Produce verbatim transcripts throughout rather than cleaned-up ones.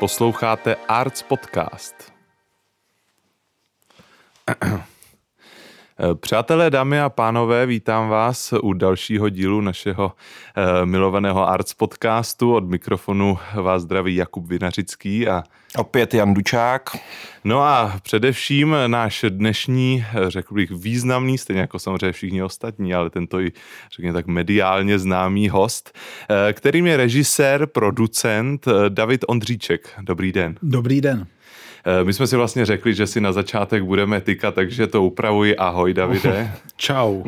Posloucháte Arts Podcast. Přátelé, dámy a pánové, vítám vás u dalšího dílu našeho eh, milovaného Arts Podcastu. Od mikrofonu vás zdraví Jakub Vinařický a opět Jan Dučák. No a především náš dnešní, řekl bych, významný, stejně jako samozřejmě všichni ostatní, ale tento i, řekněme tak, mediálně známý host, eh, kterým je režisér, producent eh, David Ondříček. Dobrý den. Dobrý den. My jsme si vlastně řekli, že si na začátek budeme tykat, takže to upravuji. Ahoj, Davide. Čau.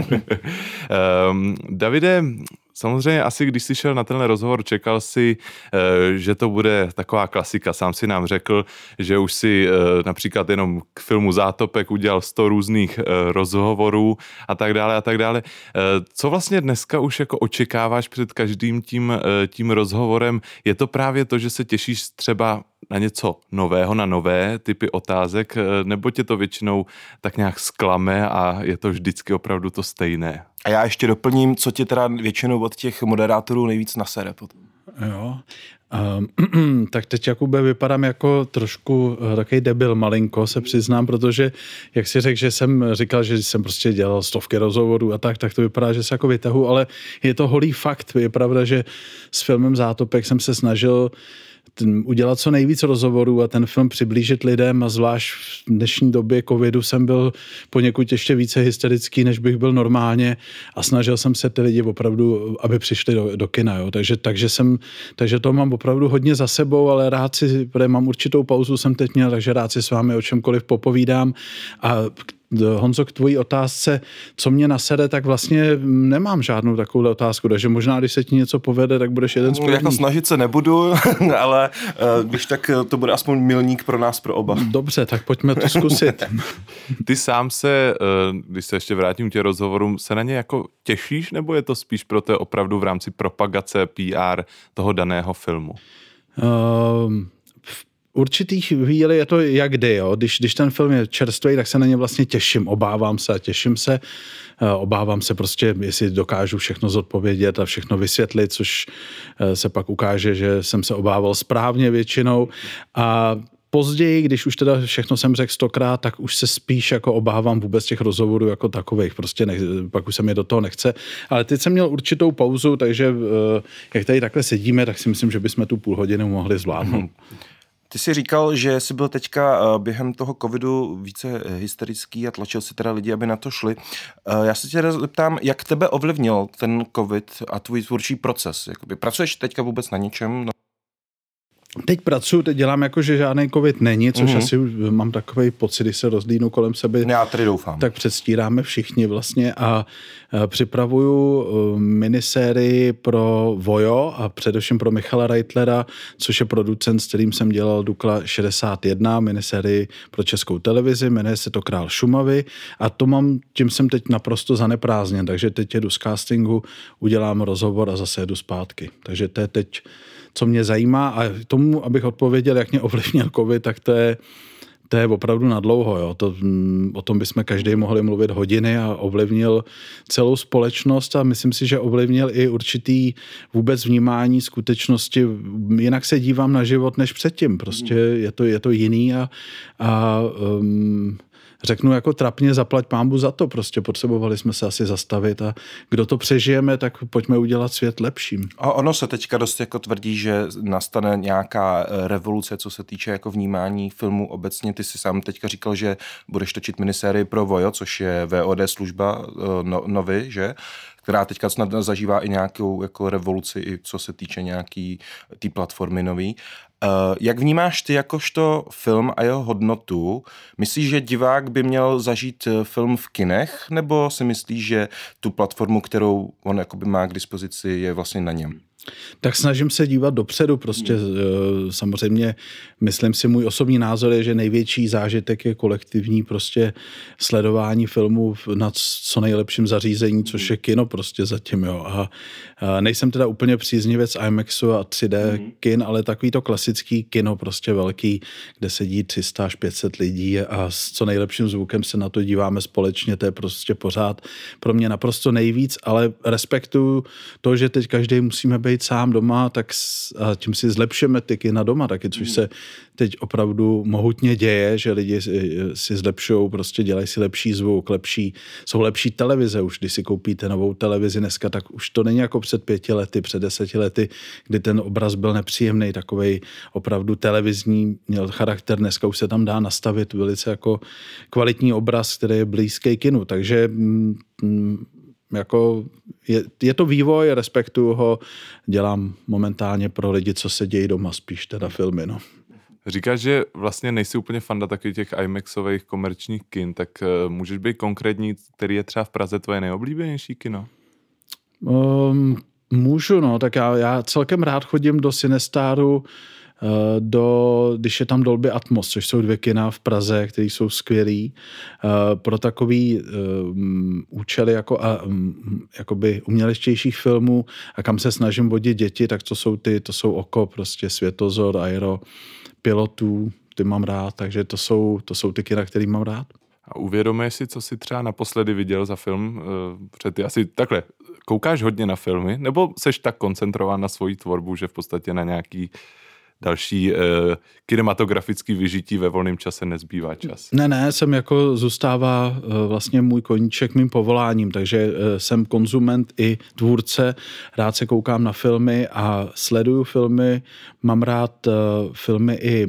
um, Davide, samozřejmě asi když jsi šel na tenhle rozhovor, čekal si, že to bude taková klasika. Sám si nám řekl, že už si například jenom k filmu Zátopek udělal sto různých rozhovorů a tak dále a tak dále. Co vlastně dneska už jako očekáváš před každým tím, tím rozhovorem? Je to právě to, že se těšíš třeba na něco nového, na nové typy otázek, nebo tě to většinou tak nějak zklame a je to vždycky opravdu to stejné? A já ještě doplním, co ti teda většinou od těch moderátorů nejvíc nasere potom. Jo, um, tak teď, Jakube, vypadám jako trošku takový debil malinko, se přiznám, protože jak si řekl, že jsem říkal, že jsem prostě dělal stovky rozhovorů a tak, tak to vypadá, že se jako vytahu, ale je to holý fakt. Je pravda, že s filmem Zátopek jsem se snažil udělat co nejvíc rozhovorů a ten film přiblížit lidem, a zvlášť v dnešní době covidu jsem byl poněkud ještě více hysterický, než bych byl normálně, a snažil jsem se ty lidi opravdu, aby přišli do, do kina. Jo. Takže, takže, jsem, takže to mám opravdu hodně za sebou, ale rád si, protože mám určitou pauzu, jsem teď měl, takže rád si s vámi o čemkoliv popovídám. A Honzo, k tvojí otázce, co mě nasede, tak vlastně nemám žádnou takovou otázku, takže možná, když se ti něco povede, tak budeš jeden z prvních. Jako snažit se nebudu, ale když tak to bude aspoň milník pro nás, pro oba. Dobře, tak pojďme to zkusit. Ty sám se, když se ještě vrátím k těm rozhovorům, se na ně jako těšíš, nebo je to spíš pro té opravdu v rámci propagace P R toho daného filmu? Um... Určitý chvíli je to jak kdy, jo. Když, když ten film je čerstvý, tak se na ně vlastně těším, obávám se a těším se. Obávám se prostě, jestli dokážu všechno zodpovědět a všechno vysvětlit, což se pak ukáže, že jsem se obával správně většinou. A později, když už teda všechno jsem řekl stokrát, tak už se spíš jako obávám vůbec těch rozhovorů jako takových. Prostě nech, pak už se mi do toho nechce. Ale teď jsem měl určitou pauzu, takže jak tady takhle sedíme, tak si myslím, že bychom tu půl hodinu mohli zvládnout. Ty jsi říkal, že jsi byl teďka během toho covidu více hysterický a tlačil si teda lidi, aby na to šli. Já se tě zeptám, jak tebe ovlivnil ten covid a tvůj tvůrčí proces? Jakoby, pracuješ teďka vůbec na něčem? No. Teď pracuji, teď dělám jako, že žádný covid není, což mm-hmm. asi mám takový pocit, když se rozlínu kolem sebe. Já tady doufám. Tak předstíráme všichni vlastně a připravuju minisérii pro Vojo a především pro Michala Reitlera, což je producent, s kterým jsem dělal Dukla šedesát jedna, minisérii pro Českou televizi, jmenuje se to Král Šumavy, a to mám, tím jsem teď naprosto zaneprázdněn, takže teď jedu z castingu, udělám rozhovor a zase jedu zpátky. Takže to je teď, co mě zajímá, a tomu, abych odpověděl, jak mě ovlivnil covid, tak to je, to je opravdu nadlouho. Jo. To, o tom bychom každý mohli mluvit hodiny, a ovlivnil celou společnost a myslím si, že ovlivnil i určitý vůbec vnímání skutečnosti. Jinak se dívám na život než předtím. Prostě je to, je to jiný a, a um, řeknu jako trapně, zaplať pánbu za to. Prostě potřebovali jsme se asi zastavit, a kdo to přežijeme, tak pojďme udělat svět lepším. A ono se teďka dost jako tvrdí, že nastane nějaká revoluce, co se týče jako vnímání filmu obecně. Ty si sám teďka říkal, že budeš točit minisérii pro Vojo, což je V O D služba no, Novy, že? Která teďka snad zažívá i nějakou jako revoluci, i co se týče nějaký té platformy nový. Uh, jak vnímáš ty jakožto film a jeho hodnotu? Myslíš, že divák by měl zažít film v kinech, nebo si myslíš, že tu platformu, kterou on jakoby má k dispozici, je vlastně na něm? Tak snažím se dívat dopředu, prostě hmm. samozřejmě myslím si, můj osobní názor je, že největší zážitek je kolektivní prostě sledování filmů na co nejlepším zařízení, což je kino prostě zatím, jo. A nejsem teda úplně příznivec IMAXu a tři dé hmm. kin, ale takový to klasický kino prostě velký, kde sedí tři sta až pět set lidí a s co nejlepším zvukem se na to díváme společně, to je prostě pořád pro mě naprosto nejvíc, ale respektuju to, že teď každý musíme být být sám doma, tak s, a tím si zlepšeme ty kina doma taky, což se teď opravdu mohutně děje, že lidi si, si zlepšují, prostě dělají si lepší zvuk, lepší, jsou lepší televize už, když si koupíte novou televizi dneska, tak už to není jako před pěti lety, před deseti lety, kdy ten obraz byl nepříjemný, takovej opravdu televizní, měl charakter, dneska už se tam dá nastavit velice jako kvalitní obraz, který je blízký kinu, takže mm, jako je, je to vývoj, respektuju ho, dělám momentálně pro lidi, co se dějí doma, spíš teda filmy, no. Říkáš, že vlastně nejsi úplně fanda takových těch IMAXových komerčních kin, tak uh, můžeš být konkrétní, který je třeba v Praze tvoje nejoblíbenější kino? Um, můžu, no, tak já, já celkem rád chodím do Cinestaru, do, když je tam Dolby Atmos, což jsou dvě kina v Praze, které jsou skvělý. Pro takový um, účely jako a, um, jakoby umělečtějších filmů a kam se snažím vodit děti, tak to jsou ty, to jsou Oko, prostě Světozor, Aero, Pilotů, ty mám rád, takže to jsou, to jsou ty kina, který mám rád. A uvědomuješ si, co jsi třeba naposledy viděl za film? Před ty asi takhle, koukáš hodně na filmy, nebo seš tak koncentrován na svoji tvorbu, že v podstatě na nějaký další eh, kinematografický vyžití ve volném čase nezbývá čas? Ne, ne, jsem jako zůstává eh, vlastně můj koníček mým povoláním, takže eh, jsem konzument i tvůrce, rád se koukám na filmy a sleduju filmy, mám rád eh, filmy i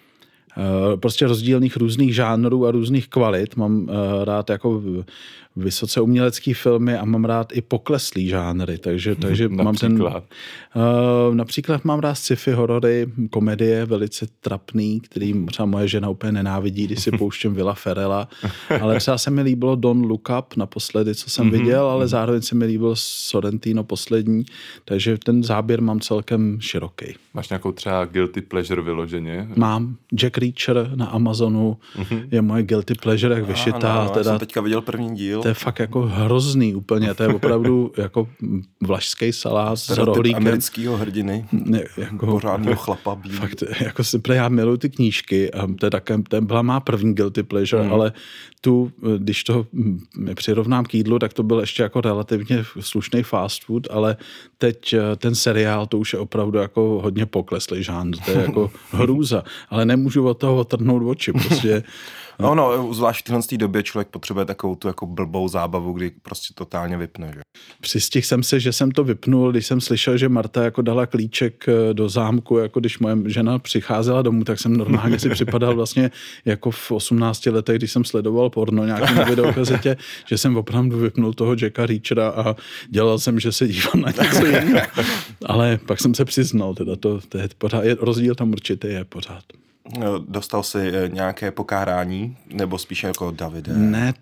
eh, prostě rozdílných různých žánrů a různých kvalit, mám eh, rád jako vysoce umělecký filmy a mám rád i pokleslý žánry, takže, takže mám ten... Uh, například mám rád sci-fi horory, komedie, velice trapný, který třeba moje žena úplně nenávidí, když si pouštím Willa Ferrella, ale třeba se mi líbilo Don't Look Up naposledy, co jsem viděl, ale zároveň se mi líbilo Sorrentino poslední, takže ten záběr mám celkem široký. Máš nějakou třeba guilty pleasure vyloženě? Mám. Jack Reacher na Amazonu je moje guilty pleasure, jak vyšitá. Ano, teda... já jsem teďka viděl první díl. To je fakt jako hrozný úplně, to je opravdu jako vlašský salát s rohlíkem. Amerického hrdiny, ne, jako, pořádného chlapa. Bílý. Fakt, jako si já miluji ty knížky a to je také, to byla má první guilty pleasure, mm. ale tu, když to přirovnám k jídlu, tak to byl ještě jako relativně slušný fast food, ale teď ten seriál, to už je opravdu jako hodně pokleslý žánr, to je jako hrůza, ale nemůžu od toho otrhnout oči, prostě. No, no, zvlášť v téhle době člověk potřebuje takovou tu jako blbou zábavu, kdy prostě totálně vypne. Že? Přistihl jsem se, že jsem to vypnul, když jsem slyšel, že Marta jako dala klíček do zámku, jako když moje žena přicházela domů, tak jsem normálně si připadal vlastně jako v osmnácti letech, když jsem sledoval porno nějaký na videokazetě, že jsem opravdu vypnul toho Jacka Reachera a dělal jsem, že se dívám na něco jiného. Ale pak jsem se přiznal, teda to, to je pořád, je, rozdíl tam určitě je pořád. Dostal jsi nějaké pokárání? Nebo spíš jako Davide? Ne,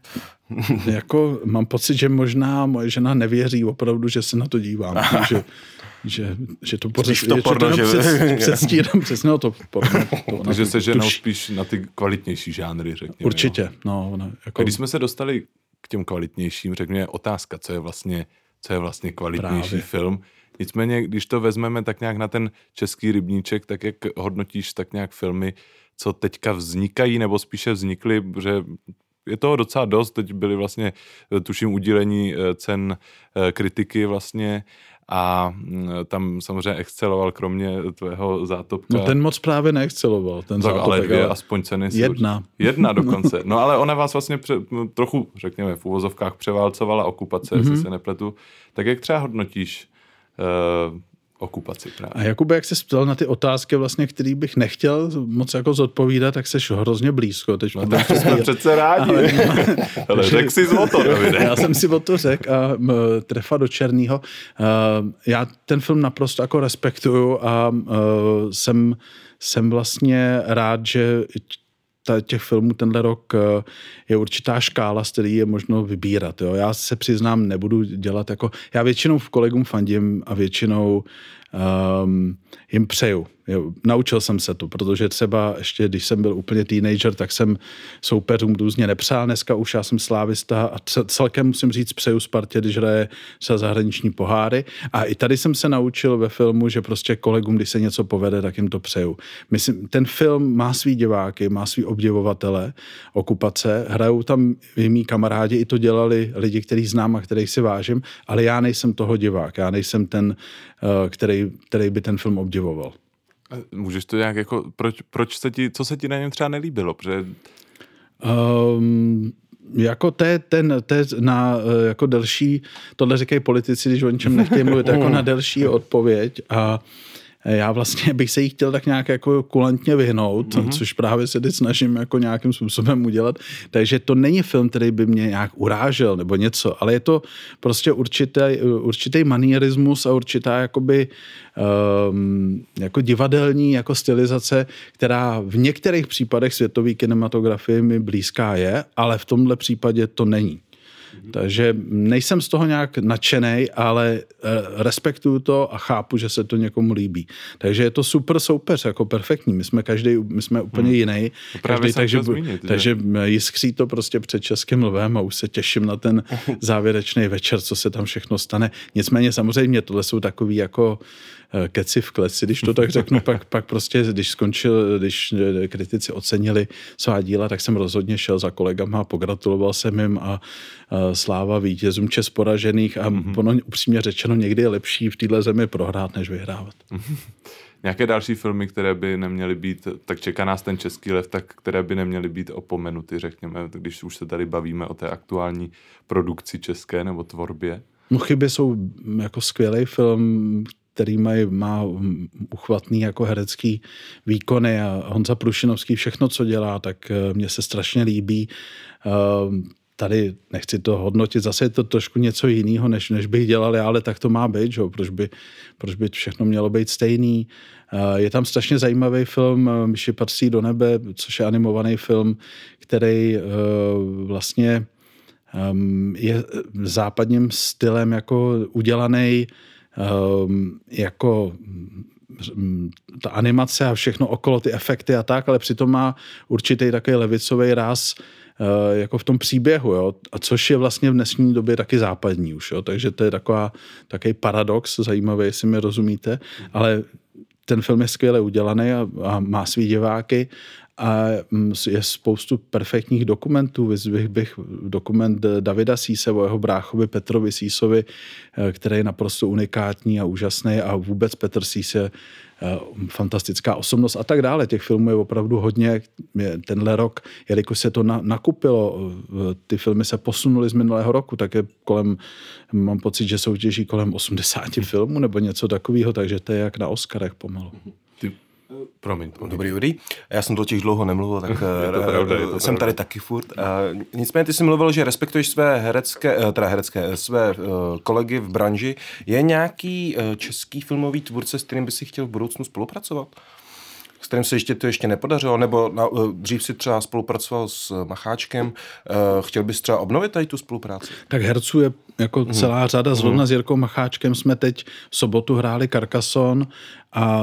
jako mám pocit, že možná moje žena nevěří opravdu, že se na to dívám. že, že, že to pořád... Spíš to porno, že... Předstírám přesně to porno. To Takže se ženou spíš na ty kvalitnější žánry, řekněme. Určitě. Jo. No, ne, jako... A když jsme se dostali k těm kvalitnějším, řekněme otázka, co je vlastně, co je vlastně kvalitnější Právě. film. Nicméně, když to vezmeme tak nějak na ten český rybníček, tak jak hodnotíš tak nějak filmy, co teďka vznikají, nebo spíše vznikly, že je toho docela dost, teď byly vlastně, tuším, udílení cen kritiky vlastně a tam samozřejmě exceloval kromě tvého Zátopka. No ten moc právě neexceloval, ten tak, Zátopek. Ale dvě ale aspoň ceny. Jedna. Jedna dokonce. No ale ona vás vlastně pře, trochu, řekněme, v uvozovkách převálcovala okupace, mm-hmm. jestli se nepletu. Tak jak třeba hodnotíš Uh, okupaci právě. A Jakube, jak jsi ptal na ty otázky, vlastně, který bych nechtěl moc jako zodpovídat, tak seš hrozně blízko. Teď no, tak jsme přece rádi. Ale, ale řek si o to, Davide. Já jsem si o to řekl a m, trefa do černýho. Uh, já ten film naprosto jako respektuju a uh, jsem, jsem vlastně rád, že těch filmů tenhle rok je určitá škála, z který je možno vybírat. Jo. Já se přiznám, nebudu dělat jako... Já většinou v kolegům fandím a většinou um, jim přeju. Jo, naučil jsem se to, protože třeba ještě, když jsem byl úplně teenager, tak jsem soupeřům různě nepřál. Dneska už já jsem slávista a celkem musím říct přeju Spartě, když hraje třeba zahraniční poháry. A i tady jsem se naučil ve filmu, že prostě kolegům, když se něco povede, tak jim to přeju. Myslím, ten film má svý diváky, má svý obdivovatele, okupace, hrajou tam i mý kamarádi, i to dělali lidi, který znám a kterých si vážím, ale já nejsem toho divák, já nejsem ten, který, který by ten film obdivoval. Můžeš to nějak jako, proč, proč se ti, co se ti na něm třeba nelíbilo? Protože... Um, jako to je ten, to je na jako delší, tohle říkají politici, když o něčem nechtějí mluvit, jako na delší odpověď a já vlastně bych se jí chtěl tak nějak jako kulantně vyhnout, mm-hmm. což právě se teď snažím jako nějakým způsobem udělat. Takže to není film, který by mě nějak urážel nebo něco, ale je to prostě určitý, určitý manierismus a určitá jakoby um, jako divadelní jako stylizace, která v některých případech světové kinematografie mi blízká je, ale v tomhle případě to není. Takže nejsem z toho nějak nadšenej, ale respektuju to a chápu, že se to někomu líbí. Takže je to super soupeř, jako perfektní. My jsme každý, my jsme úplně hmm. jiný. Každý, takže, zmínit, takže jiskří to prostě před Českým lvem a už se těším na ten závěrečný večer, co se tam všechno stane. Nicméně samozřejmě tohle jsou takový jako keci v kleci, když to tak řeknu, pak, pak prostě, když skončil, když kritici ocenili svá díla, tak jsem rozhodně šel za kolegama a pogratuloval jsem jim a, a sláva vítězům, čest poražených a mm-hmm. ono upřímně řečeno někdy je lepší v téhle zemi prohrát, než vyhrávat. Mm-hmm. Nějaké další filmy, které by neměly být, tak čeká nás ten Český lev, tak které by neměly být opomenuty, řekněme, když už se tady bavíme o té aktuální produkci české nebo tvorbě? No Chyby jsou jako skvělý film, který mají, má uchvatný jako herecký výkony a Honza Prušinovský všechno, co dělá, tak mně se strašně líbí. Tady nechci to hodnotit, zase je to trošku něco jiného, než, než bych dělal já, ale tak to má být, že? Proč by, proč by všechno mělo být stejný. Je tam strašně zajímavý film Myši patří do nebe, což je animovaný film, který vlastně je západním stylem jako udělaný Um, jako um, ta animace a všechno okolo, ty efekty a tak, ale přitom má určitý takový levicový ráz uh, jako v tom příběhu, jo? A což je vlastně v dnešní době taky západní už, jo? Takže to je taková, takový paradox zajímavý, jestli mi rozumíte, ale ten film je skvěle udělaný a, a má svý diváky a je spoustu perfektních dokumentů. Vyzvihl bych dokument Davida Síse o jeho bráchovi Petrovi Sísovi, který je naprosto unikátní a úžasný a vůbec Petr Sís je fantastická osobnost a tak dále. Těch filmů je opravdu hodně. Tenhle rok, jelikož se to na, nakupilo, ty filmy se posunuly z minulého roku, tak je kolem, mám pocit, že soutěží kolem osmdesát filmů nebo něco takového, takže to je jak na Oscarech pomalu. Ty Promiň, promiň. Dobrý, dobrý. Já jsem totiž dlouho nemluvil, tak je to pravda, je to jsem pravda. tady taky furt. Nicméně ty jsi mluvil, že respektuješ své herecké, teda herecké, své kolegy v branži. Je nějaký český filmový tvůrce, s kterým by si chtěl v budoucnu spolupracovat? S kterým se ještě to ještě nepodařilo? Nebo na, dřív si třeba spolupracoval s Macháčkem. Chtěl bys třeba obnovit tady tu spolupráci? Tak herců je jako mm. celá řada. Zrovna s Jirkou Macháčkem jsme teď v sobotu hráli Carcassonne a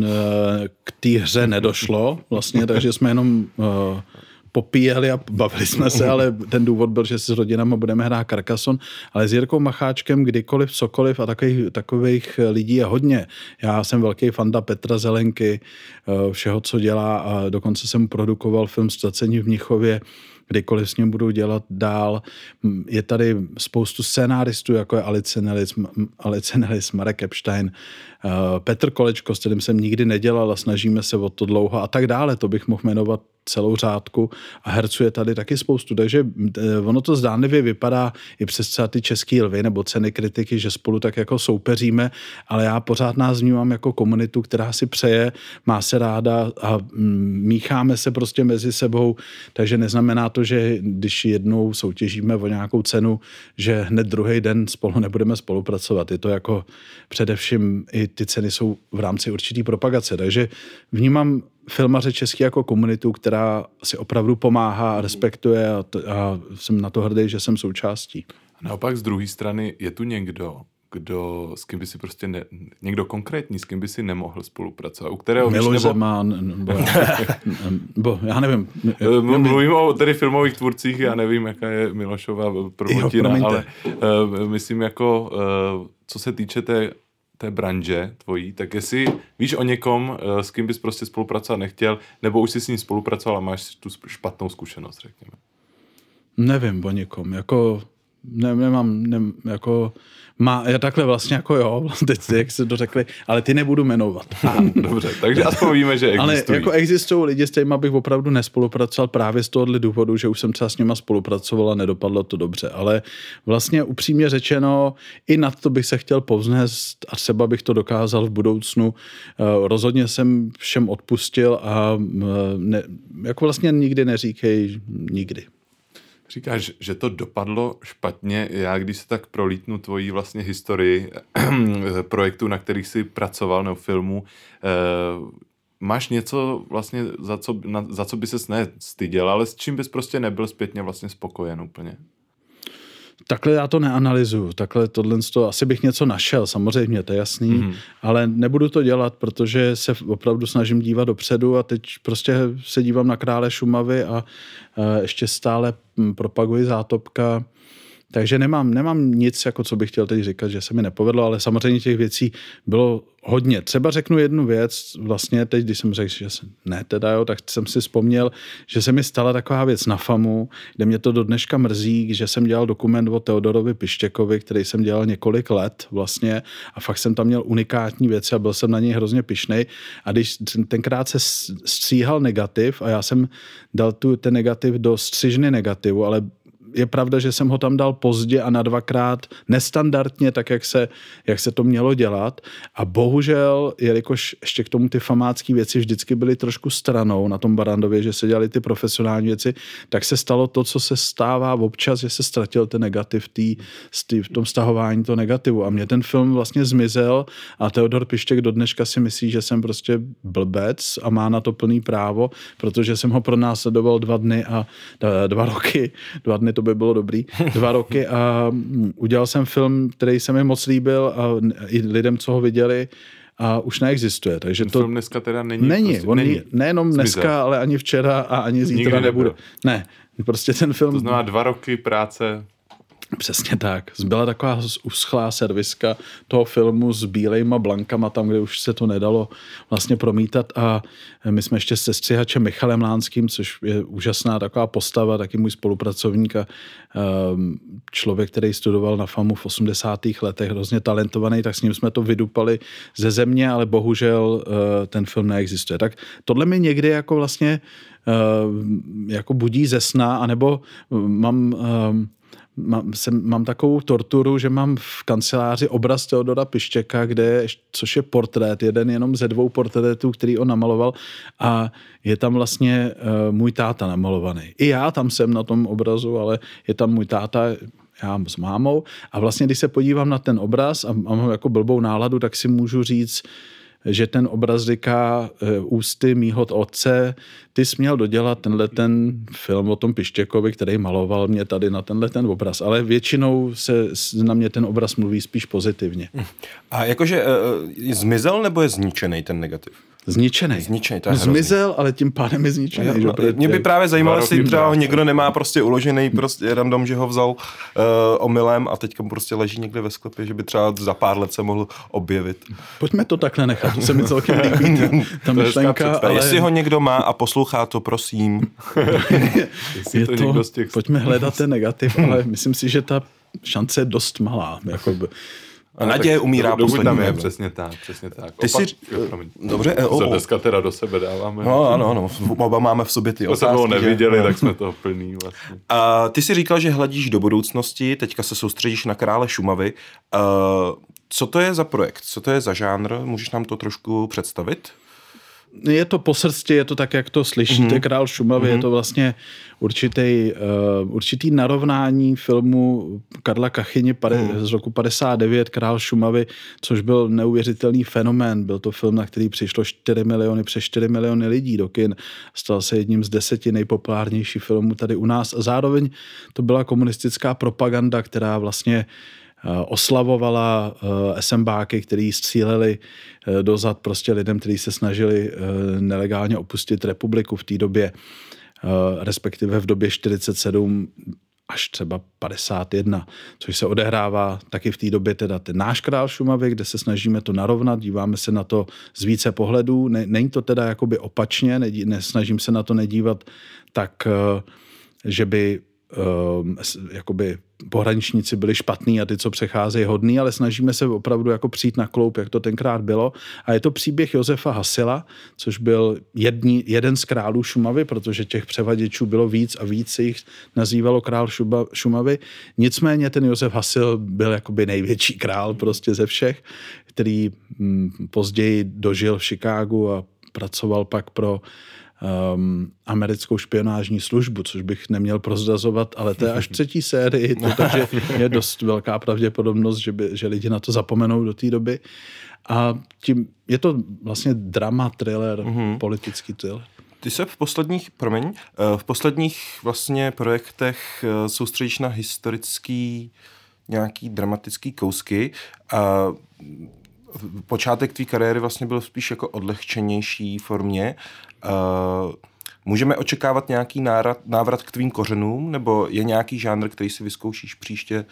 k té hře nedošlo vlastně, takže jsme jenom popíjeli a bavili jsme se, ale ten důvod byl, že si s rodinama budeme hrát Carcassonne, ale s Jirkou Macháčkem kdykoliv, cokoliv a takových, takových lidí je hodně. Já jsem velký fanda Petra Zelenky, všeho, co dělá a dokonce jsem produkoval film Ztracení v Mnichově, kdykoliv s ním budu dělat dál. Je tady spoustu scénáristů, jako je Alice Nellis, Alice Nellis, Marek Epstein, Petr Kolečko, s kterým jsem nikdy nedělal a snažíme se o to dlouho a tak dále. To bych mohl jmenovat celou řádku a herců je tady taky spoustu, takže ono to zdánlivě vypadá i přes třeba ty český lvy nebo ceny kritiky, že spolu tak jako soupeříme, ale já pořád nás vnímám jako komunitu, která si přeje, má se ráda a mícháme se prostě mezi sebou, takže neznamená to, že když jednou soutěžíme o nějakou cenu, že hned druhý den spolu nebudeme spolupracovat. Je to jako především i ty ceny jsou v rámci určitý propagace, takže vnímám filmaře český jako komunitu, která si opravdu pomáhá a respektuje a, t- a jsem na to hrdý, že jsem součástí. A naopak z druhé strany je tu někdo, kdo, s kým by si prostě, ne, někdo konkrétní, s kým by si nemohl spolupracovat, u kterého Miloš víš, nebo... Zeman, nebo, nebo já nevím. Mluvím o tedy filmových tvůrcích, já nevím, jaká je Milošova prvotina, jo, ale uh, myslím jako, uh, co se týče té, té branže tvojí, tak jestli víš o někom, uh, s kým bys prostě spolupracovat nechtěl, nebo už jsi s ním spolupracoval a máš tu špatnou zkušenost, řekněme. Nevím o někom, jako ne, nemám, ne, jako má, já takhle vlastně jako jo, teď jak se to řekli, ale ty nebudu jmenovat. Aha, dobře, takže aspoň víme, že existují. Ale jako existují lidi, s kterými bych opravdu nespolupracoval právě z tohohle důvodu, že už jsem třeba s nima spolupracoval a nedopadlo to dobře, ale vlastně upřímně řečeno, i nad to bych se chtěl povznést a třeba bych to dokázal v budoucnu. Rozhodně jsem všem odpustil a ne, jako vlastně nikdy neříkej nikdy. Říkáš, že to dopadlo špatně. Já, když se tak prolítnu tvojí vlastně historii projektů, na kterých jsi pracoval, nebo filmů, eh, máš něco vlastně, za co, na, za co by ses nestyděl, ale s čím bys prostě nebyl zpětně vlastně spokojen úplně? Takhle já to neanalyzuju, takhle tohle, asi bych něco našel, samozřejmě, to je jasný, mm-hmm. ale nebudu to dělat, protože se opravdu snažím dívat dopředu a teď prostě se dívám na Krále Šumavy a, a ještě stále propaguji Zátopka, takže nemám, nemám nic, jako co bych chtěl teď říkat, že se mi nepovedlo, ale samozřejmě těch věcí bylo hodně. Třeba řeknu jednu věc, vlastně teď, když jsem řekl, že se, ne teda jo, tak jsem si vzpomněl, že se mi stala taková věc na FAMu, kde mě to do dneška mrzí, že jsem dělal dokument o Teodorovi Pištěkovi, který jsem dělal několik let vlastně a fakt jsem tam měl unikátní věci a byl jsem na něj hrozně pyšnej a když tenkrát se stříhal negativ a já jsem dal tu, ten negativ do střižny negativu, ale je pravda, že jsem ho tam dal pozdě a na dvakrát nestandardně, tak jak se, jak se to mělo dělat. A bohužel, jelikož ještě k tomu ty famácké věci vždycky byly trošku stranou na tom Barrandově, že se dělaly ty profesionální věci, tak se stalo to, co se stává občas, že se ztratil ten negativ tý, tý, v tom stahování toho negativu. A mě ten film vlastně zmizel a Teodor Pištěk do dneška si myslí, že jsem prostě blbec a má na to plný právo, protože jsem ho pronásledoval dva dny a dva roky, dva dny to by bylo dobrý, dva roky a udělal jsem film, který se mi moc líbil a i lidem, co ho viděli a už neexistuje. Takže ten to film dneska teda není. Není, prostě, on není. Nejenom dneska, Zmizel. Ale ani včera a ani zítra Nikdy nebude. nebyl. Ne, prostě ten film... To znamená dva roky práce... Přesně tak. Byla taková uschlá serviska toho filmu s bílejma blankama, tam, kde už se to nedalo vlastně promítat a my jsme ještě se střihačem Michalem Lánským, což je úžasná taková postava, taky můj spolupracovník a člověk, který studoval na FAMu v osmdesátých letech, hrozně talentovaný, tak s ním jsme to vydupali ze země, ale bohužel ten film neexistuje. Tak tohle mi někdy jako vlastně jako budí ze sna, anebo mám... Mám, jsem, mám takovou torturu, že mám v kanceláři obraz Teodora Pištěka, kde, což je portrét, jeden jenom ze dvou portrétů, který on namaloval a je tam vlastně uh, můj táta namalovaný. I já tam jsem na tom obrazu, ale je tam můj táta, já s mámou a vlastně, když se podívám na ten obraz a mám jako blbou náladu, tak si můžu říct, že ten obraz říká uh, ústy mýho otce, ty jsi měl dodělat tenhle ten film o tom Pištěkovi, který maloval mě tady na tenhle ten obraz, ale většinou se na mě ten obraz mluví spíš pozitivně. A jakože uh, zmizel nebo je zničený ten negativ? Zničený. Zničený, to je Zmizel, ale tím pádem je zničený. No, že? Mě by právě zajímalo, jestli třeba ho někdo nemá prostě uložený prostě random, že ho vzal uh, omylem a teďka prostě leží někde ve sklepě, že by třeba za pár let se mohl objevit. Pojďme to takhle nechat, to se mi celkem líbí. Ta myšlenka, ale... Jestli ho někdo má a poslouchá to, prosím. je to, to těch... Pojďme hledat ten negativ, ale myslím si, že ta šance je dost malá. Jakoby. A naděje umírá poslední. Tam je, přesně tak, přesně tak. Ty jsi, dobře, co oh, dneska teda do sebe dáváme. No, ano, ano, oba máme v sobě ty otázky. To neviděli, že... tak jsme toho plný vlastně. A ty jsi říkal, že hledíš do budoucnosti, teďka se soustředíš na Krále Šumavy. Uh, co to je za projekt? Co to je za žánr? Můžeš nám to trošku představit? Je to po srsti, je to tak, jak to slyšíte, mm-hmm. Král Šumavy, mm-hmm. je to vlastně určitý, uh, určitý narovnání filmu Karla Kachyně mm. z roku padesát devět, Král Šumavy, což byl neuvěřitelný fenomén. Byl to film, na který přišlo čtyři miliony, přes čtyři miliony lidí do kin. Stal se jedním z deseti nejpopulárnějších filmů tady u nás. A zároveň to byla komunistická propaganda, která vlastně oslavovala SMBáky, který stříleli dozad prostě lidem, kteří se snažili nelegálně opustit republiku v té době, respektive v době čtyřicet sedm až třeba padesát jedna, což se odehrává taky v té době teda ten náš král Šumavy, kde se snažíme to narovnat, díváme se na to z více pohledů, ne, není to teda jakoby opačně, nedí, nesnažím se na to nedívat tak, že by uh, jakoby pohraničníci byli špatní a ty, co přecházejí, hodný, ale snažíme se opravdu jako přijít na kloup, jak to tenkrát bylo. A je to příběh Josefa Hasila, což byl jední, jeden z králů Šumavy, protože těch převaděčů bylo víc a víc se jich nazývalo král Šuba, Šumavy. Nicméně ten Josef Hasil byl jakoby největší král prostě ze všech, který hm, později dožil v Chicagu a pracoval pak pro Um, americkou špionážní službu, což bych neměl prozrazovat, ale to je až třetí sérii, to, takže je dost velká pravděpodobnost, že, by, že lidi na to zapomenou do té doby. A tím je to vlastně drama, thriller, mm-hmm. politický thriller. Ty se v posledních, promiň, v posledních vlastně projektech soustředíš na historický nějaký dramatický kousky a počátek tvý kariéry vlastně byl spíš jako odlehčenější formě. Uh, můžeme očekávat nějaký návrat, návrat k tvým kořenům, nebo je nějaký žánr, který si vyzkoušíš příště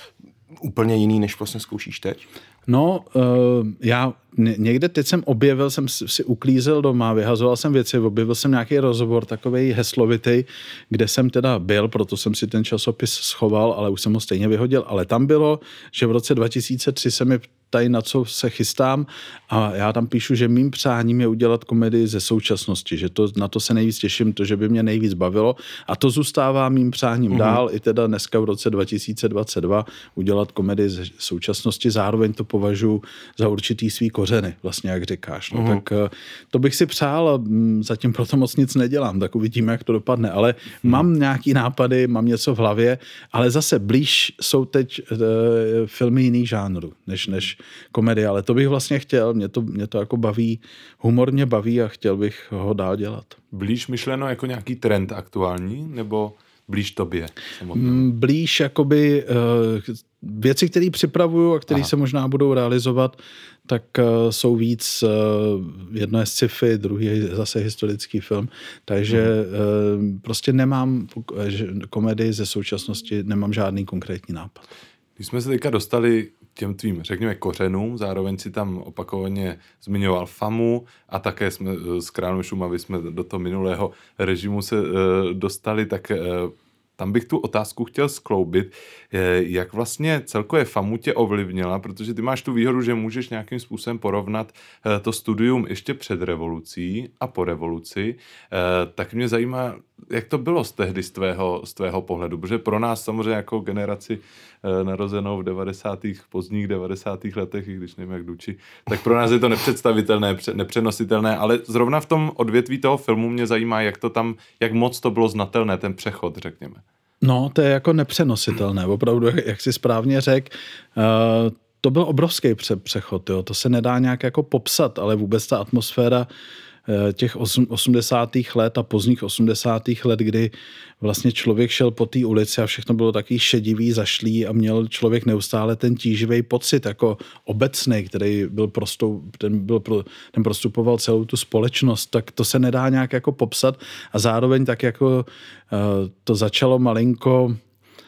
úplně jiný, než vlastně zkoušíš teď? No, uh, já někde teď jsem objevil, jsem si uklízel doma, vyhazoval jsem věci, objevil jsem nějaký rozhovor, takovej heslovitý, kde jsem teda byl, proto jsem si ten časopis schoval, ale už jsem ho stejně vyhodil, ale tam bylo, že v roce dva tisíce tři se mi ptají, na co se chystám a já tam píšu, že mým přáním je udělat komedii ze současnosti, že to, na to se nejvíc těším, to, že by mě nejvíc bavilo a to zůstává mým přáním mm-hmm. dál i teda dneska v roce dva tisíce dvacet dva udělat komedii ze současnosti, zároveň to považuji za určitý svý kořeny, vlastně jak říkáš. No, mm-hmm. Tak to bych si přál a zatím proto moc nic nedělám, tak uvidíme, jak to dopadne, ale mm-hmm. mám nějaký nápady, mám něco v hlavě, ale zase blíž jsou teď uh, filmy jiných žánrů, než, než komedie, ale to bych vlastně chtěl, mě to, mě to jako baví, humor mě baví a chtěl bych ho dál dělat. Blíž myšleno jako nějaký trend aktuální, nebo blíž tobě samotnou? Blíž jakoby uh, věci, které připravuju a které se možná budou realizovat, tak uh, jsou víc, uh, jedno je sci-fi, druhý je zase historický film, takže hmm. uh, prostě nemám komedii ze současnosti, nemám žádný konkrétní nápad. Když jsme se teďka dostali těm tvým, řekněme, kořenům, zároveň si tam opakovaně zmiňoval famu a také jsme z Králu Šumavy jsme do toho minulého režimu se uh, dostali, tak uh, tam bych tu otázku chtěl skloubit, jak vlastně celkově famu tě ovlivnila, protože ty máš tu výhodu, že můžeš nějakým způsobem porovnat to studium ještě před revolucí a po revoluci, tak mě zajímá, jak to bylo z tehdy z tvého, z tvého pohledu, protože pro nás samozřejmě jako generaci narozenou v devadesátých pozdních devadesátých letech, i když nevím jak Duči, tak pro nás je to nepředstavitelné, nepřenositelné, ale zrovna v tom odvětví toho filmu mě zajímá, jak to tam, jak moc to bylo znatelné, ten přechod, řekněme. No, to je jako nepřenositelné, opravdu, jak jsi správně řekl, uh, to byl obrovský pře- přechod, jo. To se nedá nějak jako popsat, ale vůbec ta atmosféra těch osmdesátých let a pozdních osmdesátých let, kdy vlastně člověk šel po té ulici a všechno bylo takový šedivý, zašlý a měl člověk neustále ten tíživý pocit jako obecný, který byl prostou, ten, byl pro, ten prostupoval celou tu společnost, tak to se nedá nějak jako popsat a zároveň tak jako uh, to začalo malinko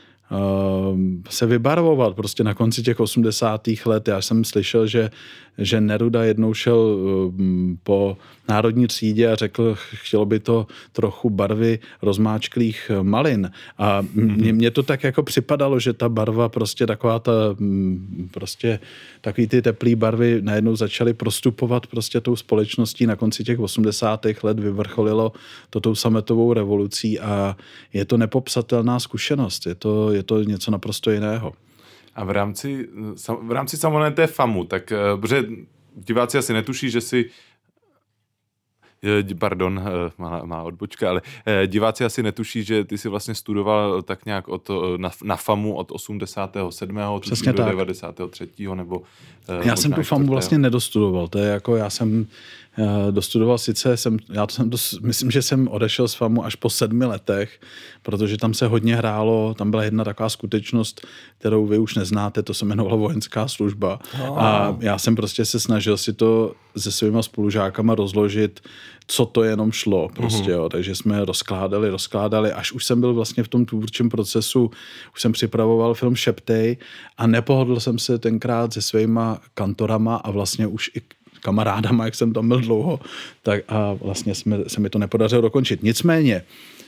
se vybarvovat prostě na konci těch osmdesátých let. Já jsem slyšel, že, že Neruda jednou šel po národní třídě a řekl, chtělo by to trochu barvy rozmáčklých malin. A mně, mně to tak jako připadalo, že ta barva prostě taková ta prostě takový ty teplý barvy najednou začaly prostupovat prostě tou společností na konci těch osmdesátých let, vyvrcholilo to tou sametovou revolucí a je to nepopsatelná zkušenost. Je to, je to něco naprosto jiného. A v rámci, v rámci samotné té famu, tak protože diváci asi netuší, že si Pardon, má, má odbočka, ale diváci asi netuší, že ty si vlastně studoval tak nějak od, na, na FAMu od osmdesátého sedmého Přesně do tak. devadesátého třetího nebo já jsem tu FAMu čtvrtého. vlastně nedostudoval, to je jako já jsem dostudoval sice, jsem, já to jsem dos, myslím, že jsem odešel z FAMu až po sedmi letech, protože tam se hodně hrálo, tam byla jedna taková skutečnost, kterou vy už neznáte, to se jmenovalo vojenská služba. Oh. A já jsem prostě se snažil si to se svýma spolužákama rozložit, co to jenom šlo prostě, jo. Takže jsme rozkládali, rozkládali, až už jsem byl vlastně v tom tvůrčím procesu, už jsem připravoval film Šeptej a nepohodl jsem se tenkrát se svýma kantorama a vlastně už i kamarádama, jak jsem tam byl dlouho, tak a vlastně jsme, se mi to nepodařilo dokončit. Nicméně,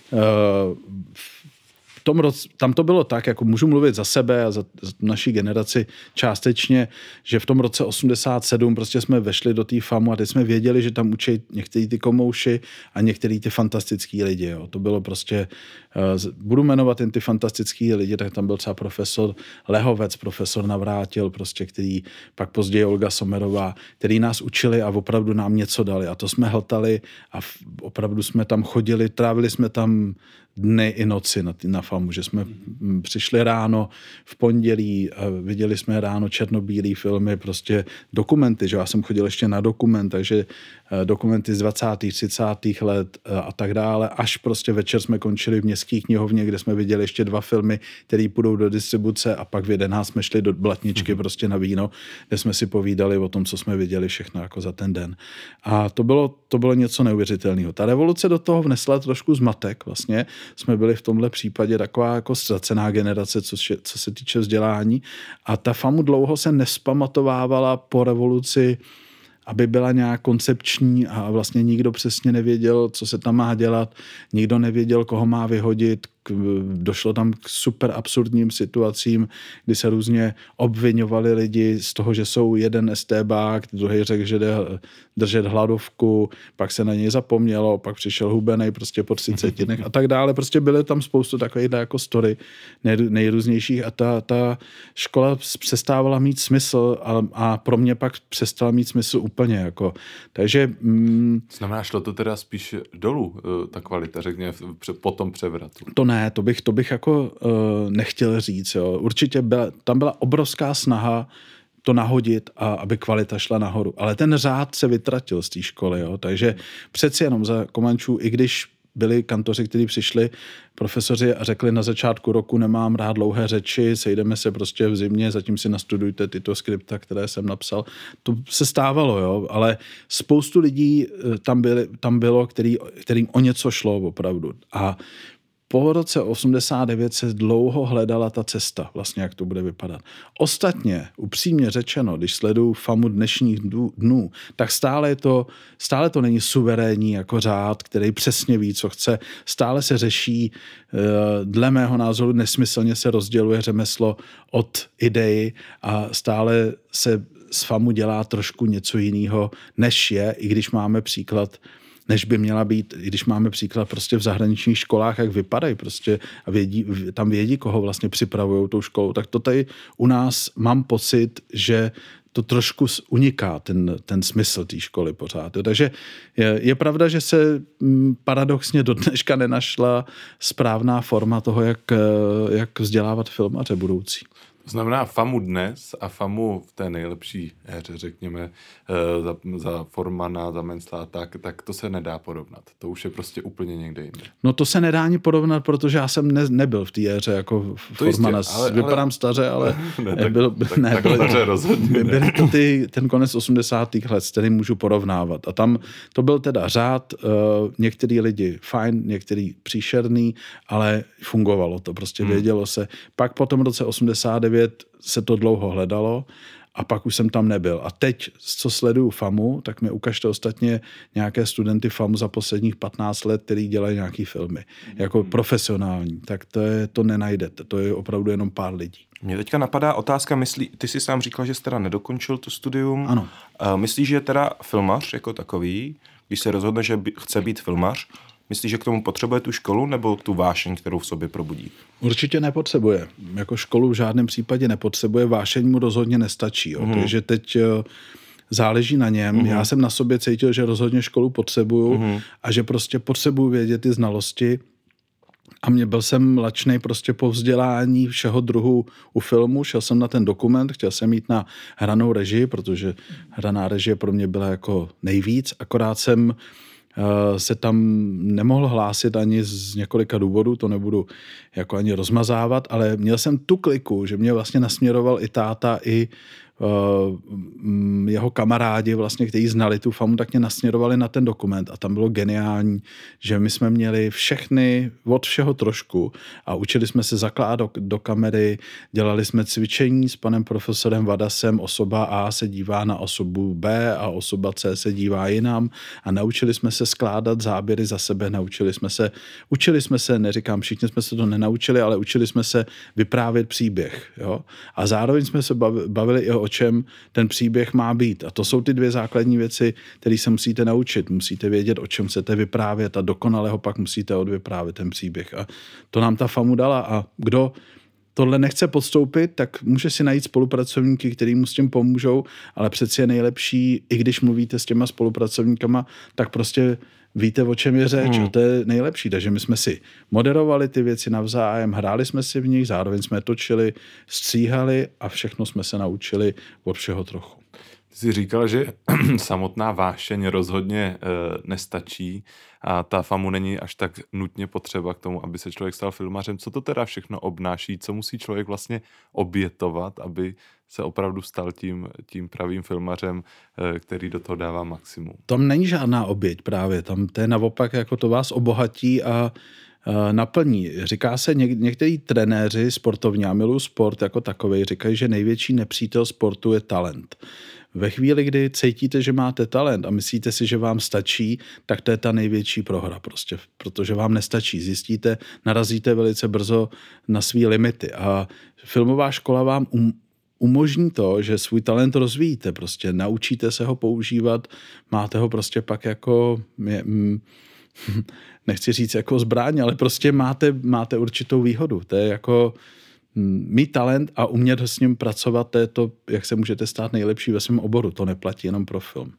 v tom roce, tam to bylo tak, jako můžu mluvit za sebe a za, za naší generaci částečně, že v tom roce osmdesát sedm prostě jsme vešli do té FAMu a teď jsme věděli, že tam učí některý ty komouši a některý ty fantastický lidi. Jo. To bylo prostě, uh, budu jmenovat jen ty fantastický lidi, tak tam byl třeba profesor Lehovec, profesor Navrátil, prostě, který pak později Olga Sommerová, který nás učili a opravdu nám něco dali. A to jsme hltali a v, opravdu jsme tam chodili, trávili jsme tam dny i noci na, na FAMu, že jsme mm. přišli ráno v pondělí, viděli jsme ráno černobílý filmy, prostě dokumenty, že já jsem chodil ještě na dokument, takže dokumenty z dvacátých třicátých let a tak dále, až prostě večer jsme končili v městské knihovně, kde jsme viděli ještě dva filmy, které půjdou do distribuce a pak v jedenáct jsme šli do Blatničky mm. prostě na víno, kde jsme si povídali o tom, co jsme viděli všechno jako za ten den. A to bylo, to bylo něco neuvěřitelného. Ta revoluce do toho vnesla trošku zmatek vlastně. Jsme byli v tomhle případě taková jako ztracená generace, co, co se týče vzdělání. A ta FAMu dlouho se nespamatovávala po revoluci, aby byla nějak koncepční a vlastně nikdo přesně nevěděl, co se tam má dělat, nikdo nevěděl, koho má vyhodit. Došlo tam k super absurdním situacím, kdy se různě obviňovali lidi z toho, že jsou jeden estébák, druhý řekl, že jde držet hladovku, pak se na něj zapomnělo, pak přišel hubenej prostě po třiceti dnech a tak dále. Prostě byly tam spoustu takových jako story nejrůznějších a ta, ta škola přestávala mít smysl a, a pro mě pak přestala mít smysl úplně. Jako. Takže... Mm, znamená, šlo to teda spíš dolů, ta kvalita, řekněme, po tom převratu. To ne, to bych, to bych jako uh, nechtěl říct. Jo. Určitě byla, tam byla obrovská snaha to nahodit a aby kvalita šla nahoru. Ale ten řád se vytratil z té školy. Jo. Takže přeci jenom za Komančů, i když byli kantoři, kteří přišli, profesoři a řekli na začátku roku, nemám rád dlouhé řeči, sejdeme se prostě v zimě, zatím si nastudujte tyto skripta, které jsem napsal. To se stávalo, jo, ale spoustu lidí tam, byli, tam bylo, který, kterým o něco šlo opravdu. A po roce osmdesát devět se dlouho hledala ta cesta, vlastně jak to bude vypadat. Ostatně, upřímně řečeno, když sleduju FAMu dnešních dnů, tak stále to, stále to není suverénní jako řád, který přesně ví, co chce. Stále se řeší, dle mého názoru nesmyslně se rozděluje řemeslo od idei a stále se z FAMu dělá trošku něco jiného, než je, i když máme příklad než by měla být, i když máme příklad prostě v zahraničních školách, jak vypadají prostě a vědí, tam vědí, koho vlastně připravujou tou školou, tak to tady u nás mám pocit, že to trošku uniká, ten, ten smysl té školy pořád. Takže je, je pravda, že se paradoxně do dneška nenašla správná forma toho, jak, jak vzdělávat filmaře budoucí. To znamená FAMu dnes a FAMu v té nejlepší éře, řekněme, za, za Formana, za Mencla, tak, tak to se nedá porovnat. To už je prostě úplně někde jinde. No to se nedá ani porovnat, protože já jsem ne, nebyl v té éře jako to Formana. Jistě, ale, Vypadám ale... staře, ale ne, tak, byl, tak, ne, tak byly, staře rozhodně. Byly to ty, ten konec osmdesátých let, s kterým můžu porovnávat. A tam to byl teda řád, uh, některý lidi fajn, některý příšerný, ale fungovalo to, prostě hmm. vědělo se. Pak po tom roce osmdesát devět se to dlouho hledalo a pak už jsem tam nebyl. A teď, co sleduju FAMu, tak mi ukažte ostatně nějaké studenty FAMu za posledních patnáct let, který dělají nějaký filmy. Jako profesionální. Tak to, je, to nenajdete. To je opravdu jenom pár lidí. Mně teďka napadá otázka, myslí, ty jsi sám říkal, že jsi teda nedokončil to studium. Ano. Myslíš, že teda filmař jako takový, když se rozhodne, že chce být filmař, myslíš, že k tomu potřebuje tu školu nebo tu vášeň, kterou v sobě probudí? Určitě nepotřebuje. Jako školu v žádném případě nepotřebuje, vášeň mu rozhodně nestačí. Jo. Hmm. Takže teď záleží na něm. Mm-hmm. Já jsem na sobě cítil, že rozhodně školu potřebuju mm-hmm. a že prostě potřebuju vědět ty znalosti. A mě byl jsem lačnej prostě po vzdělání všeho druhu u filmu. Šel jsem na ten dokument, chtěl jsem jít na hranou režii, protože hraná režie pro mě byla jako nejvíc. Akorát jsem uh, se tam nemohl hlásit ani z několika důvodů, to nebudu jako ani rozmazávat, ale měl jsem tu kliku, že mě vlastně nasměroval i táta, i jeho kamarádi, vlastně, kteří znali tu famu, tak mě nasměrovali na ten dokument a tam bylo geniální, že my jsme měli všechny od všeho trošku a učili jsme se zakládat do, do kamery, dělali jsme cvičení s panem profesorem Vadasem, osoba A se dívá na osobu B a osoba C se dívá jinam a naučili jsme se skládat záběry za sebe, naučili jsme se, učili jsme se, neříkám, všichni jsme se to nenaučili, ale učili jsme se vyprávět příběh. Jo? A zároveň jsme se bavili i o čem ten příběh má být. A to jsou ty dvě základní věci, které se musíte naučit. Musíte vědět, o čem chcete vyprávět a dokonale ho pak musíte odvyprávět ten příběh. A to nám ta famu dala. A kdo tohle nechce podstoupit, tak může si najít spolupracovníky, který mu s tím pomůžou, ale přeci je nejlepší, i když mluvíte s těma spolupracovníkama, tak prostě víte, o čem je řeč, hmm. a to je nejlepší. Takže my jsme si moderovali ty věci navzájem, hráli jsme si v nich, zároveň jsme točili, stříhali a všechno jsme se naučili od všeho trochu. Ty jsi říkal, že samotná vášeň rozhodně e, nestačí a ta famu není až tak nutně potřeba k tomu, aby se člověk stal filmařem. Co to teda všechno obnáší? Co musí člověk vlastně obětovat, aby se opravdu stal tím, tím pravým filmařem, e, který do toho dává maximum? Tam není žádná oběť právě. Tam to je naopak, jako to vás obohatí a naplní. Říká se, něk- někteří trenéři sportovní, já miluji sport jako takovej, říkají, že největší nepřítel sportu je talent. Ve chvíli, kdy cítíte, že máte talent a myslíte si, že vám stačí, tak to je ta největší prohra prostě, protože vám nestačí. Zjistíte, narazíte velice brzo na svý limity a filmová škola vám um, umožní to, že svůj talent rozvíjíte, prostě naučíte se ho používat, máte ho prostě pak jako... Je, mm, nechci říct jako zbraň, ale prostě máte, máte určitou výhodu. To je jako mít talent a umět s ním pracovat, to je to, jak se můžete stát nejlepší ve svém oboru. To neplatí jenom pro film.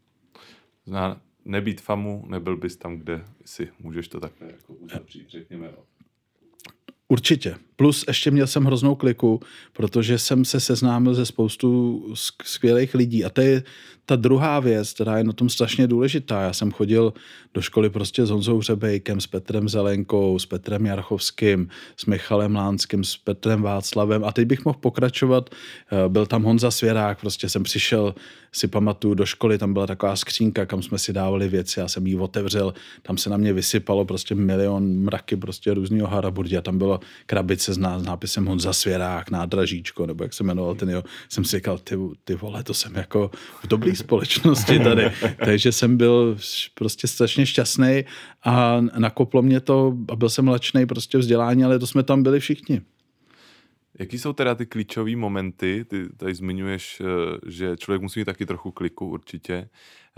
Zná, nebýt famu, nebyl bys tam, kde jsi. Můžeš to takhle jako uzavřít, řekněme. Určitě. Plus ještě měl jsem hroznou kliku, protože jsem se seznámil se spoustu skvělých lidí. A to je ta druhá věc, která je na tom strašně důležitá. Já jsem chodil do školy prostě s Honzou Hřebejkem, s Petrem Zelenkou, s Petrem Jarchovským, s Michalem Lánským, s Petrem Václavem. A teď bych mohl pokračovat. Byl tam Honza Svěrák, prostě jsem přišel, si pamatuju, do školy, tam byla taková skřínka, kam jsme si dávali věci, já jsem ji otevřel, tam se na mě vysypalo prostě milion mraky prostě různýho haraburdi a tam bylo krabice s nápisem Honza Svěrák, nádražíčko, nebo jak se jmenoval ten jo. Jsem si říkal, ty, ty vole, to jsem jako v dobrý společnosti tady. Takže jsem byl prostě strašně šťastný a nakoplo mě to a byl jsem lačnej prostě vzdělání, ale to jsme tam byli všichni. Jaký jsou teda ty klíčové momenty? Ty tady zmiňuješ, že člověk musí mít taky trochu kliku určitě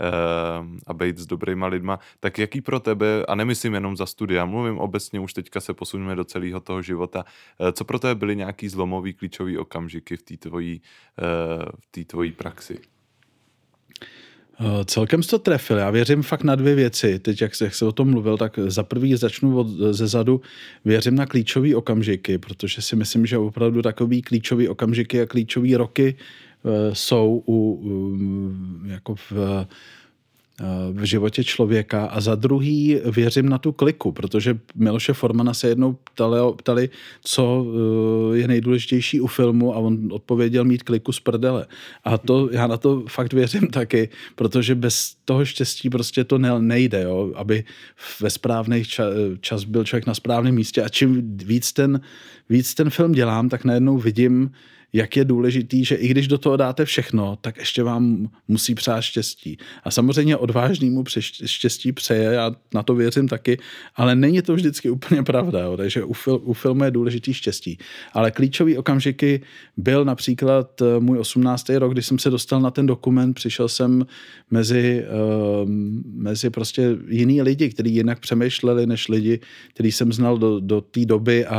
a být s dobrýma lidma. Tak jaký pro tebe, a nemyslím jenom za studia, mluvím obecně, už teďka se posuneme do celého toho života, co pro tebe byly nějaký zlomový klíčový okamžiky v té tvojí, v té tvojí praxi? Celkem jsi to trefil. Já věřím fakt na dvě věci. Teď, jak se o tom mluvil, tak za prvý začnu od, ze zadu. Věřím na klíčové okamžiky, protože si myslím, že opravdu takový klíčové okamžiky a klíčové roky e, jsou u, e, jako v, e, v životě člověka. A za druhý věřím na tu kliku, protože Miloše Formana se jednou ptali, ptali, co je nejdůležitější u filmu a on odpověděl mít kliku z prdele. A to, já na to fakt věřím taky, protože bez toho štěstí prostě to nejde, jo? Aby ve správný čas byl člověk na správném místě a čím víc ten, víc ten film dělám, tak najednou vidím, jak je důležitý, že i když do toho dáte všechno, tak ještě vám musí přát štěstí. A samozřejmě odvážnýmu štěstí přeje, já na to věřím taky, ale není to vždycky úplně pravda, jo? Takže u, fil, u filmu je důležitý štěstí. Ale klíčový okamžiky byl například můj osmnáctý rok, kdy jsem se dostal na ten dokument, přišel jsem mezi, uh, mezi prostě jiný lidi, kteří jinak přemýšleli než lidi, který jsem znal do, do té doby a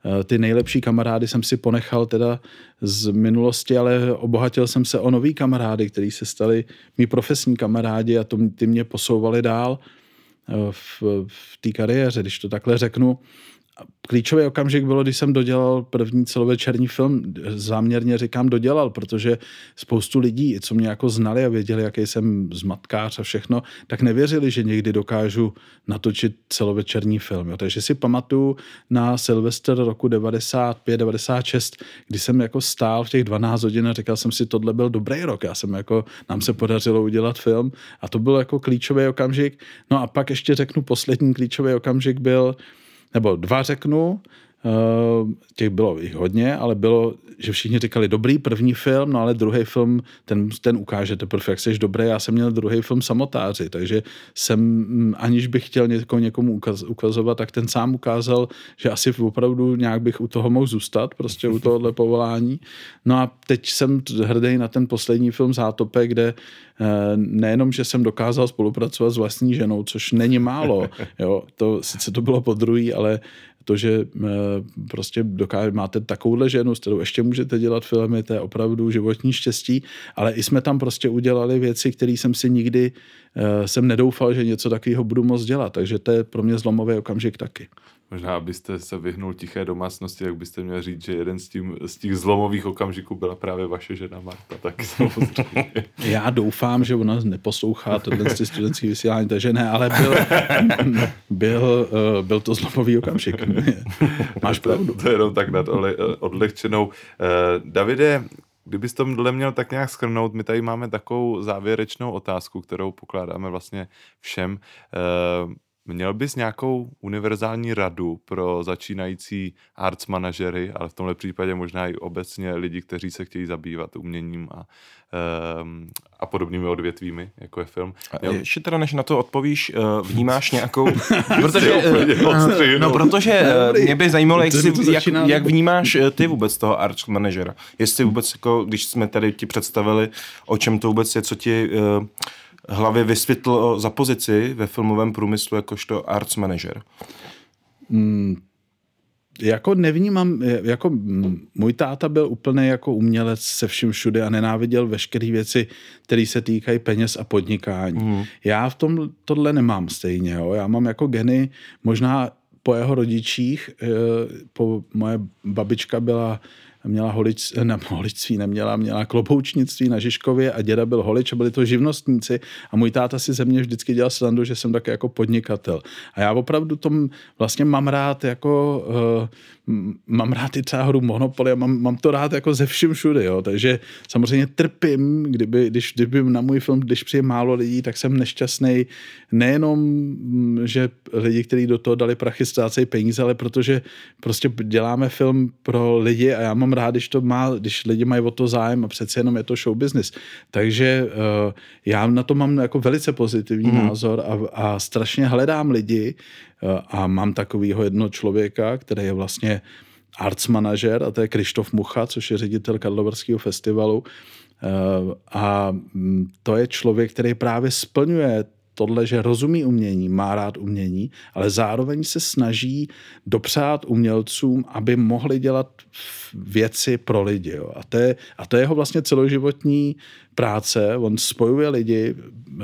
ty nejlepší kamarády jsem si ponechal teda z minulosti, ale obohatil jsem se o nový kamarády, kteří se stali mý profesní kamarádi a to, ty mě posouvali dál v, v té kariéře, když to takhle řeknu. Klíčový okamžik bylo, když jsem dodělal první celovečerní film. Záměrně říkám dodělal, protože spoustu lidí, co mě jako znali a věděli, jaký jsem zmatkář a všechno, tak nevěřili, že někdy dokážu natočit celovečerní film. Jo. Takže si pamatuju na Silvestr roku devadesát pět devadesát šest, kdy jsem jako stál v těch dvanáct hodin a říkal jsem si, tohle byl dobrý rok. Já jsem jako, nám se podařilo udělat film a to byl jako klíčový okamžik. No a pak ještě řeknu, poslední klíčový okamžik byl, nebo dva řeknu, těch bylo jich hodně, ale bylo, že všichni říkali dobrý první film, no ale druhý film, ten, ten ukáže teprve, jak jsi dobrý. Já jsem měl druhý film Samotáři, takže jsem, aniž bych chtěl někomu, někomu ukaz, ukazovat, tak ten sám ukázal, že asi opravdu nějak bych u toho mohl zůstat, prostě u tohohle povolání. No a teď jsem hrdý na ten poslední film Zátope, kde nejenom, že jsem dokázal spolupracovat s vlastní ženou, což není málo, jo, to, sice to bylo podruhý, ale to, že prostě dokáže, máte takovouhle ženu, s kterou ještě můžete dělat filmy, to je opravdu životní štěstí, ale i jsme tam prostě udělali věci, které jsem si nikdy jsem nedoufal, že něco takového budu moct dělat, takže to je pro mě zlomový okamžik taky. Možná, abyste se vyhnul tiché domácnosti, jak byste měl říct, že jeden z, tím, z těch zlomových okamžiků byla právě vaše žena Marta, tak samozřejmě. Já doufám, že ona neposlouchá tenhle studentský vysílání, takže ne, ale byl, byl, byl to zlomový okamžik. Máš pravdu. To, to je jenom tak nad odlehčenou. Davide, kdybys to měl tak nějak shrnout, my tady máme takovou závěrečnou otázku, kterou pokládáme vlastně všem. Měl bys nějakou univerzální radu pro začínající arts manažery, ale v tomhle případě možná i obecně lidi, kteří se chtějí zabývat uměním a, um, a podobnými odvětvími, jako je film? Měl... Ještě teda, než na to odpovíš, vnímáš nějakou... protože, no, protože mě by zajímalo, jak, si, jak, jak vnímáš ty vůbec toho arts manažera. Jestli vůbec, jako, když jsme tady ti představili, o čem to vůbec je, co ti... Uh, hlavě vysvětl za pozici ve filmovém průmyslu jakožto arts manager? Mm, jako nevnímám, jako můj táta byl úplně jako umělec se vším všude a nenáviděl veškeré věci, které se týkají peněz a podnikání. Mm. Já v tom tohle nemám stejně. Jo. Já mám jako geny, možná po jeho rodičích, po, moje babička byla měla holič, ne, holičství neměla, měla kloboučnictví na Žižkově a děda byl holič a byli to živnostníci a můj táta si ze mě vždycky dělal srandu, že jsem taky jako podnikatel. A já opravdu tom vlastně mám rád jako uh, mám rád i třeba hru Monopoly a mám, mám to rád jako ze vším všude, jo. Takže samozřejmě trpím, kdyby, když, kdyby na můj film, když přijde málo lidí, tak jsem nešťastný. Nejenom, že lidi, kteří do toho dali prachy, ztrácejí peníze, ale protože prostě děláme film pro lidi a já mám rád, když to má, když lidi mají o to zájem a přece jenom je to show business. Takže uh, já na to mám jako velice pozitivní mm. názor a, a strašně hledám lidi uh, a mám takovýho jednoho člověka, který je vlastně arts manažer a to je Krištof Mucha, což je ředitel Karlovarského festivalu uh, a to je člověk, který právě splňuje tohle, že rozumí umění, má rád umění, ale zároveň se snaží dopřát umělcům, aby mohli dělat věci pro lidi. Jo. A, to je, a to je jeho vlastně celoživotní práce. On spojuje lidi,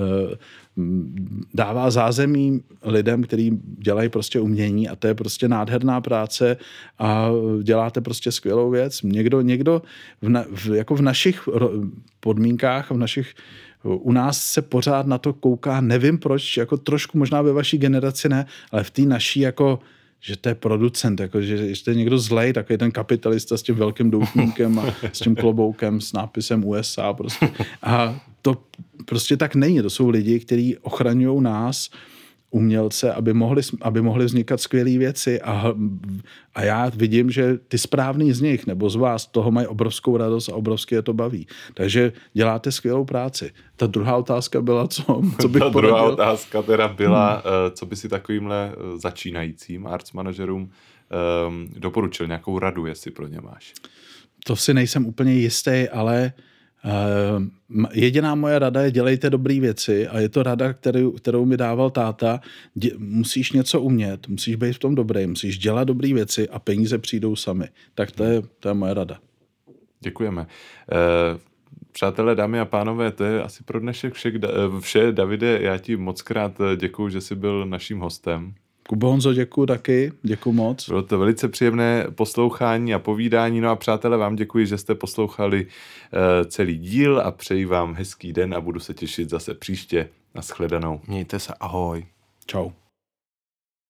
dává zázemí lidem, kteří dělají prostě umění a to je prostě nádherná práce a děláte prostě skvělou věc. Někdo, někdo v, na, v, jako v našich podmínkách, v našich u nás se pořád na to kouká, nevím proč, jako trošku možná ve vaší generaci ne, ale v té naší jako, že to je producent, jako, že, že to je někdo zlej, takový ten kapitalista s tím velkým doutníkem a s tím kloboukem s nápisem U S A prostě. A to prostě tak není, to jsou lidi, kteří ochraňují nás, umělce, aby mohli, aby mohli vznikat skvělé věci a, a já vidím, že ty správný z nich nebo z vás toho mají obrovskou radost a obrovsky je to baví. Takže děláte skvělou práci. Ta druhá otázka byla, co, co bych Ta poradil? druhá otázka teda byla, hmm. co by si takovýmhle začínajícím arts manažerům um, doporučil, nějakou radu, jestli pro ně máš. To si nejsem úplně jistý, ale Jediná moje rada je dělejte dobré věci a je to rada, kterou, kterou mi dával táta. Dě, musíš něco umět, musíš být v tom dobrý, musíš dělat dobré věci a peníze přijdou sami. Tak to je, to je moje rada. Děkujeme. Přátelé, dámy a pánové, to je asi pro dnešek vše. vše. Davide, já ti moc krát děkuju, že jsi byl naším hostem. Kubo, Honzo, děkuju taky, děkuju moc. Bylo to velice příjemné poslouchání a povídání. No a přátelé, vám děkuji, že jste poslouchali celý díl a přeji vám hezký den a budu se těšit zase příště. Nashledanou. Mějte se, ahoj. Čau.